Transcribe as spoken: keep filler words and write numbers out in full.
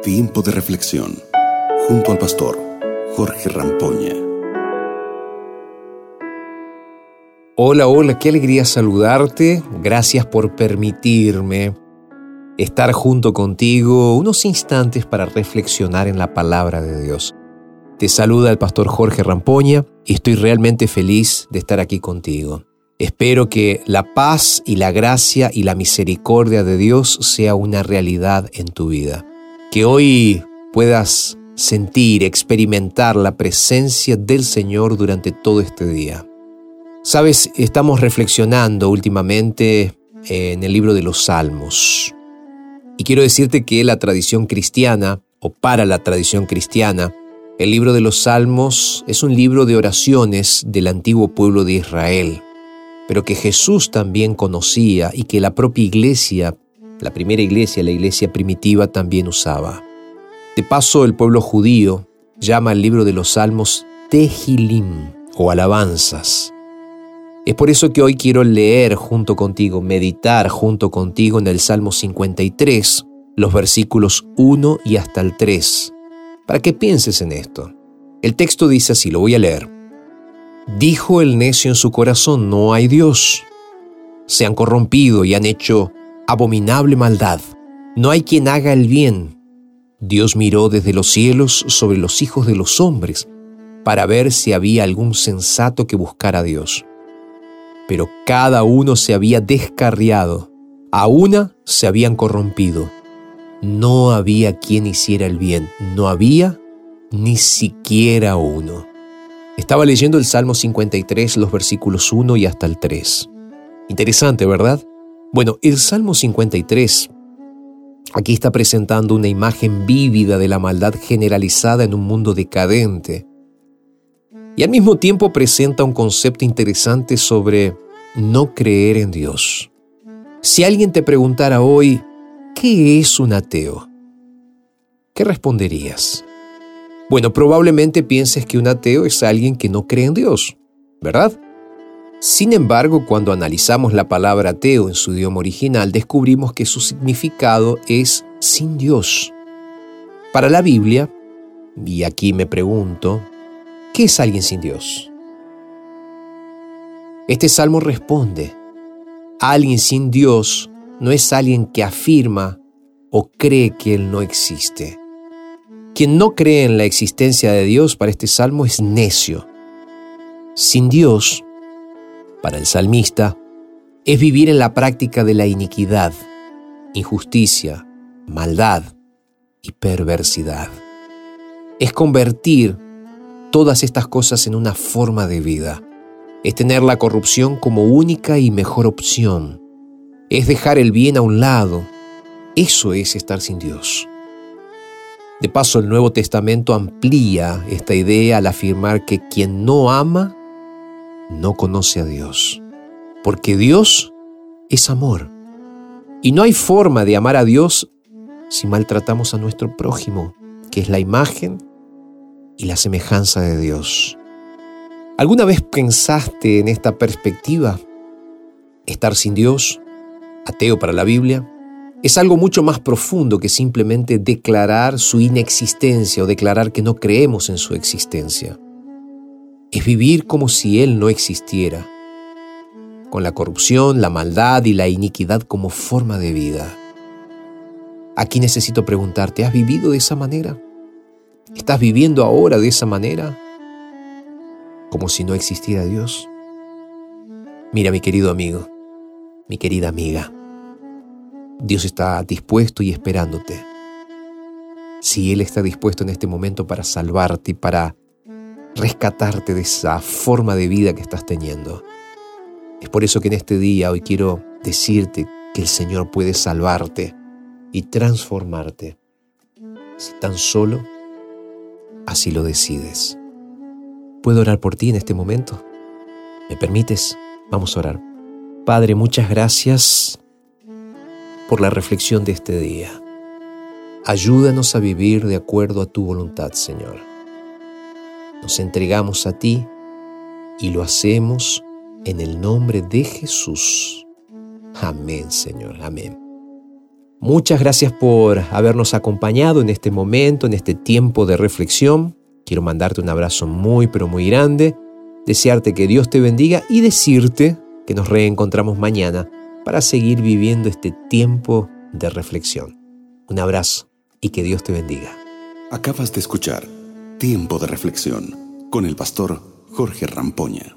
Tiempo de reflexión junto al pastor Jorge Rampoña. Hola, hola, qué alegría saludarte. Gracias por permitirme estar junto contigo unos instantes para reflexionar en la palabra de Dios. Te saluda el pastor Jorge Rampoña y estoy realmente feliz de estar aquí contigo. Espero que la paz y la gracia y la misericordia de Dios sea una realidad en tu vida. Que hoy puedas sentir, experimentar la presencia del Señor durante todo este día. Sabes, estamos reflexionando últimamente en el libro de los Salmos. Y quiero decirte que la tradición cristiana, o para la tradición cristiana, el libro de los Salmos es un libro de oraciones del antiguo pueblo de Israel, pero que Jesús también conocía y que la propia iglesia, la primera iglesia, la iglesia primitiva, también usaba. De paso, el pueblo judío llama al libro de los Salmos Tehilim, o alabanzas. Es por eso que hoy quiero leer junto contigo, meditar junto contigo en el Salmo cincuenta y tres, los versículos uno y hasta el tres, para que pienses en esto. El texto dice así, lo voy a leer. Dijo el necio en su corazón, no hay Dios. Se han corrompido y han hecho abominable maldad. No hay quien haga el bien. Dios miró desde los cielos sobre los hijos de los hombres para ver si había algún sensato que buscara a Dios. Pero cada uno se había descarriado, a una se habían corrompido. No había quien hiciera el bien, no había ni siquiera uno. Estaba leyendo el Salmo cincuenta y tres, los versículos uno y hasta el tres. Interesante, ¿verdad? Bueno, el Salmo cincuenta y tres aquí está presentando una imagen vívida de la maldad generalizada en un mundo decadente. Y al mismo tiempo presenta un concepto interesante sobre no creer en Dios. Si alguien te preguntara hoy, ¿qué es un ateo? ¿Qué responderías? Bueno, probablemente pienses que un ateo es alguien que no cree en Dios, ¿verdad? Sin embargo, cuando analizamos la palabra ateo en su idioma original, descubrimos que su significado es sin Dios. Para la Biblia, y aquí me pregunto, ¿qué es alguien sin Dios? Este salmo responde, alguien sin Dios no es alguien que afirma o cree que Él no existe. Quien no cree en la existencia de Dios para este salmo es necio. Sin Dios, para el salmista, es vivir en la práctica de la iniquidad, injusticia, maldad y perversidad. Es convertir todas estas cosas en una forma de vida. Es tener la corrupción como única y mejor opción. Es dejar el bien a un lado. Eso es estar sin Dios. De paso, el Nuevo Testamento amplía esta idea al afirmar que quien no ama, no conoce a Dios. Porque Dios es amor. Y no hay forma de amar a Dios si maltratamos a nuestro prójimo, que es la imagen y la semejanza de Dios. ¿Alguna vez pensaste en esta perspectiva? Estar sin Dios, ateo para la Biblia, es algo mucho más profundo que simplemente declarar su inexistencia o declarar que no creemos en su existencia. Es vivir como si Él no existiera, con la corrupción, la maldad y la iniquidad como forma de vida. Aquí necesito preguntarte, ¿has vivido de esa manera? ¿Estás viviendo ahora de esa manera? Como si no existiera Dios. Mira, mi querido amigo, mi querida amiga, Dios está dispuesto y esperándote. Si Él está dispuesto en este momento para salvarte y para rescatarte de esa forma de vida que estás teniendo. Es por eso que en este día hoy quiero decirte que el Señor puede salvarte y transformarte, si tan solo así lo decides. ¿Puedo orar por ti en este momento? ¿Me permites? Vamos a orar. Padre, muchas gracias por la reflexión de este día. Ayúdanos a vivir de acuerdo a tu voluntad, Señor. Nos entregamos a ti y lo hacemos en el nombre de Jesús. Amén, Señor. Amén. Muchas gracias por habernos acompañado en este momento, en este tiempo de reflexión. Quiero mandarte un abrazo muy, pero muy grande, desearte que Dios te bendiga y decirte que nos reencontramos mañana para seguir viviendo este tiempo de reflexión. Un abrazo y que Dios te bendiga. Acabas de escuchar Tiempo de Reflexión con el pastor Jorge Rampoña.